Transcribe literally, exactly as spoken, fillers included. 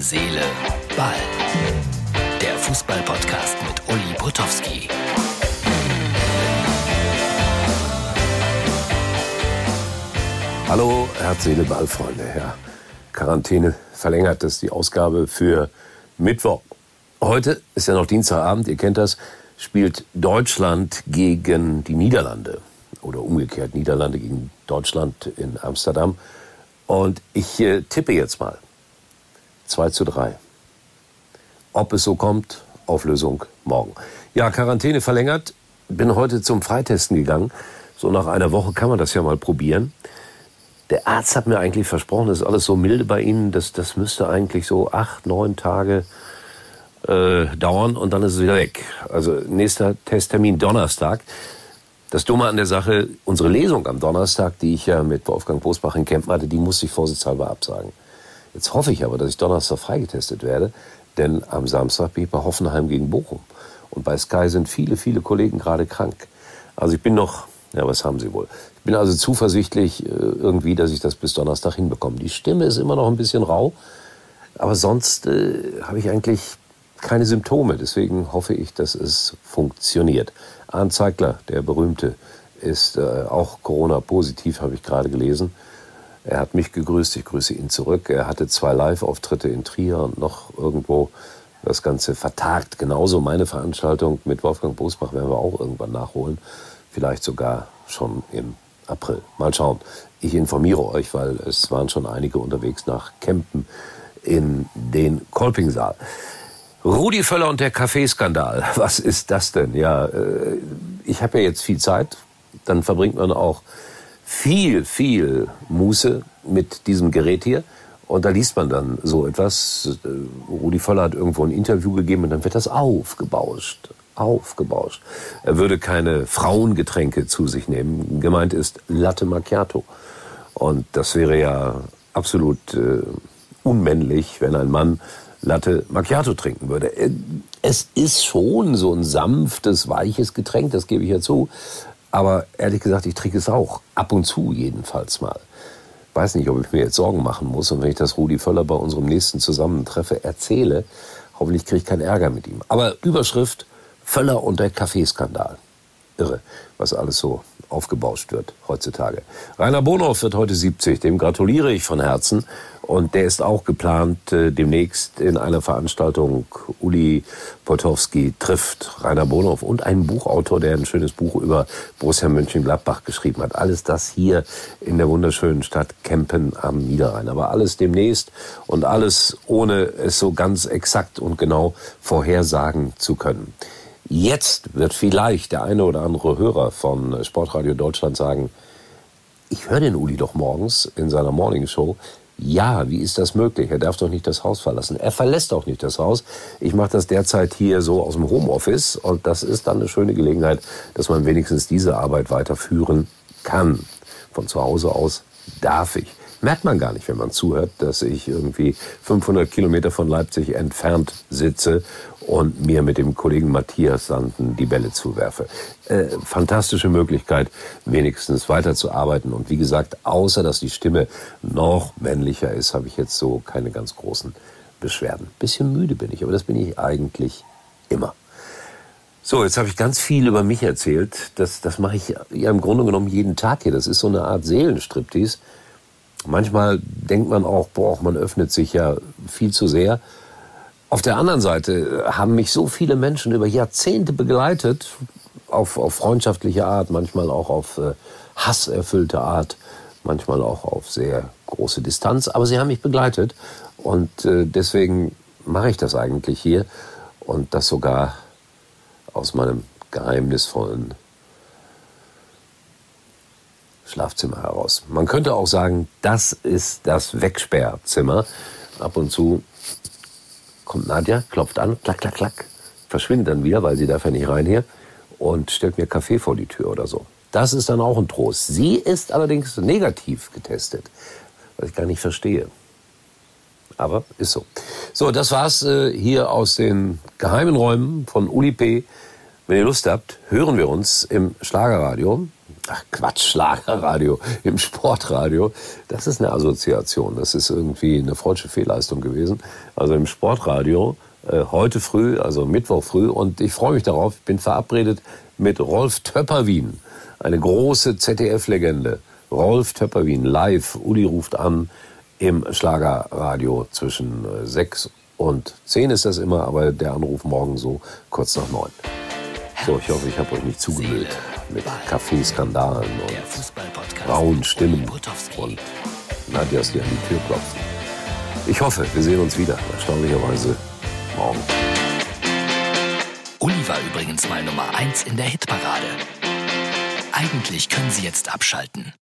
Seele, Ball. Der Fußball-Podcast mit Uli Potowski. Hallo, Herz, Seele, Ball, Freunde. Ja, Quarantäne verlängert, das ist die Ausgabe für Mittwoch. Heute ist ja noch Dienstagabend, ihr kennt das, spielt Deutschland gegen die Niederlande. Oder umgekehrt, Niederlande gegen Deutschland in Amsterdam. Und ich äh, tippe jetzt mal. zwei zu drei. Ob es so kommt, Auflösung morgen. Ja, Quarantäne verlängert. Bin heute zum Freitesten gegangen. So nach einer Woche kann man das ja mal probieren. Der Arzt hat mir eigentlich versprochen, das ist alles so milde bei Ihnen, das, das müsste eigentlich so acht, neun Tage äh, dauern und dann ist es wieder weg. Also nächster Testtermin Donnerstag. Das Dumme an der Sache, unsere Lesung am Donnerstag, die ich ja mit Wolfgang Bosbach in Kempen hatte, die musste ich vorsichtshalber absagen. Jetzt hoffe ich aber, dass ich Donnerstag freigetestet werde, denn am Samstag bin ich bei Hoffenheim gegen Bochum. Und bei Sky sind viele, viele Kollegen gerade krank. Also ich bin noch, ja, was haben Sie wohl? Ich bin also zuversichtlich irgendwie, dass ich das bis Donnerstag hinbekomme. Die Stimme ist immer noch ein bisschen rau, aber sonst äh, habe ich eigentlich keine Symptome. Deswegen hoffe ich, dass es funktioniert. Arndt Zeigler, der berühmte, ist äh, auch Corona-positiv, habe ich gerade gelesen. Er hat mich gegrüßt, ich grüße ihn zurück. Er hatte zwei Live-Auftritte in Trier und noch irgendwo das Ganze vertagt. Genauso meine Veranstaltung mit Wolfgang Bosbach werden wir auch irgendwann nachholen. Vielleicht sogar schon im April. Mal schauen. Ich informiere euch, weil es waren schon einige unterwegs nach Kempen in den Kolpingsaal. Rudi Völler und der Kaffeeskandal. Was ist das denn? Ja, äh, ich habe ja jetzt viel Zeit. Dann verbringt man auch viel, viel Muße mit diesem Gerät hier. Und da liest man dann so etwas. Rudi Völler hat irgendwo ein Interview gegeben und dann wird das aufgebauscht. Aufgebauscht. Er würde keine Frauengetränke zu sich nehmen. Gemeint ist Latte Macchiato. Und das wäre ja absolut äh, unmännlich, wenn ein Mann Latte Macchiato trinken würde. Es ist schon so ein sanftes, weiches Getränk, das gebe ich ja zu. Aber ehrlich gesagt, ich trinke es auch. Ab und zu jedenfalls mal. Weiß nicht, ob ich mir jetzt Sorgen machen muss. Und wenn ich das Rudi Völler bei unserem nächsten Zusammentreffen erzähle, hoffentlich kriege ich keinen Ärger mit ihm. Aber Überschrift: Völler und der Kaffeeskandal. Irre, was alles so aufgebauscht wird heutzutage. Rainer Bonhoff wird heute siebzig, dem gratuliere ich von Herzen. Und der ist auch geplant, äh, demnächst in einer Veranstaltung Uli Potowski trifft Rainer Bonhoff und einen Buchautor, der ein schönes Buch über Borussia Mönchengladbach geschrieben hat. Alles das hier in der wunderschönen Stadt Kempen am Niederrhein. Aber alles demnächst und alles ohne es so ganz exakt und genau vorhersagen zu können. Jetzt wird vielleicht der eine oder andere Hörer von Sportradio Deutschland sagen, ich höre den Uli doch morgens in seiner Morningshow. Ja, wie ist das möglich? Er darf doch nicht das Haus verlassen. Er verlässt auch nicht das Haus. Ich mache das derzeit hier so aus dem Homeoffice und das ist dann eine schöne Gelegenheit, dass man wenigstens diese Arbeit weiterführen kann. Von zu Hause aus darf ich. Merkt man gar nicht, wenn man zuhört, dass ich irgendwie fünfhundert Kilometer von Leipzig entfernt sitze und mir mit dem Kollegen Matthias Sanden die Bälle zuwerfe. Äh, fantastische Möglichkeit, wenigstens weiterzuarbeiten. Und wie gesagt, außer dass die Stimme noch männlicher ist, habe ich jetzt so keine ganz großen Beschwerden. Bisschen müde bin ich, aber das bin ich eigentlich immer. So, jetzt habe ich ganz viel über mich erzählt. Das, das mache ich ja im Grunde genommen jeden Tag hier. Das ist so eine Art Seelenstriptease. Manchmal denkt man auch, boah, man öffnet sich ja viel zu sehr. Auf der anderen Seite haben mich so viele Menschen über Jahrzehnte begleitet, auf, auf freundschaftliche Art, manchmal auch auf äh, hasserfüllte Art, manchmal auch auf sehr große Distanz. Aber sie haben mich begleitet und äh, deswegen mache ich das eigentlich hier und das sogar aus meinem geheimnisvollen Schlafzimmer heraus. Man könnte auch sagen, das ist das Wegsperrzimmer. Ab und zu kommt Nadja, klopft an, klack, klack, klack, verschwindet dann wieder, weil sie darf ja nicht rein hier und stellt mir Kaffee vor die Tür oder so. Das ist dann auch ein Trost. Sie ist allerdings negativ getestet, was ich gar nicht verstehe. Aber ist so. So, das war's äh, hier aus den geheimen Räumen von Uli P. Wenn ihr Lust habt, hören wir uns im Schlagerradio. Ach Quatsch, Schlagerradio im Sportradio. Das ist eine Assoziation. Das ist irgendwie eine freudsche Fehlleistung gewesen. Also im Sportradio äh, heute früh, also Mittwoch früh. Und ich freue mich darauf. Ich bin verabredet mit Rolf Töpperwien. Eine große Z D F-Legende. Rolf Töpperwien live. Uli ruft an im Schlagerradio zwischen äh, sechs und zehn ist das immer. Aber der Anruf morgen so kurz nach neun. So, ich hoffe, ich habe euch nicht zugemüllt mit Kaffeeskandalen und rauen Stimmen und Nadjas, die an die Tür klopfen. Ich hoffe, wir sehen uns wieder, erstaunlicherweise morgen. Uli war übrigens mal Nummer eins in der Hitparade. Eigentlich können Sie jetzt abschalten.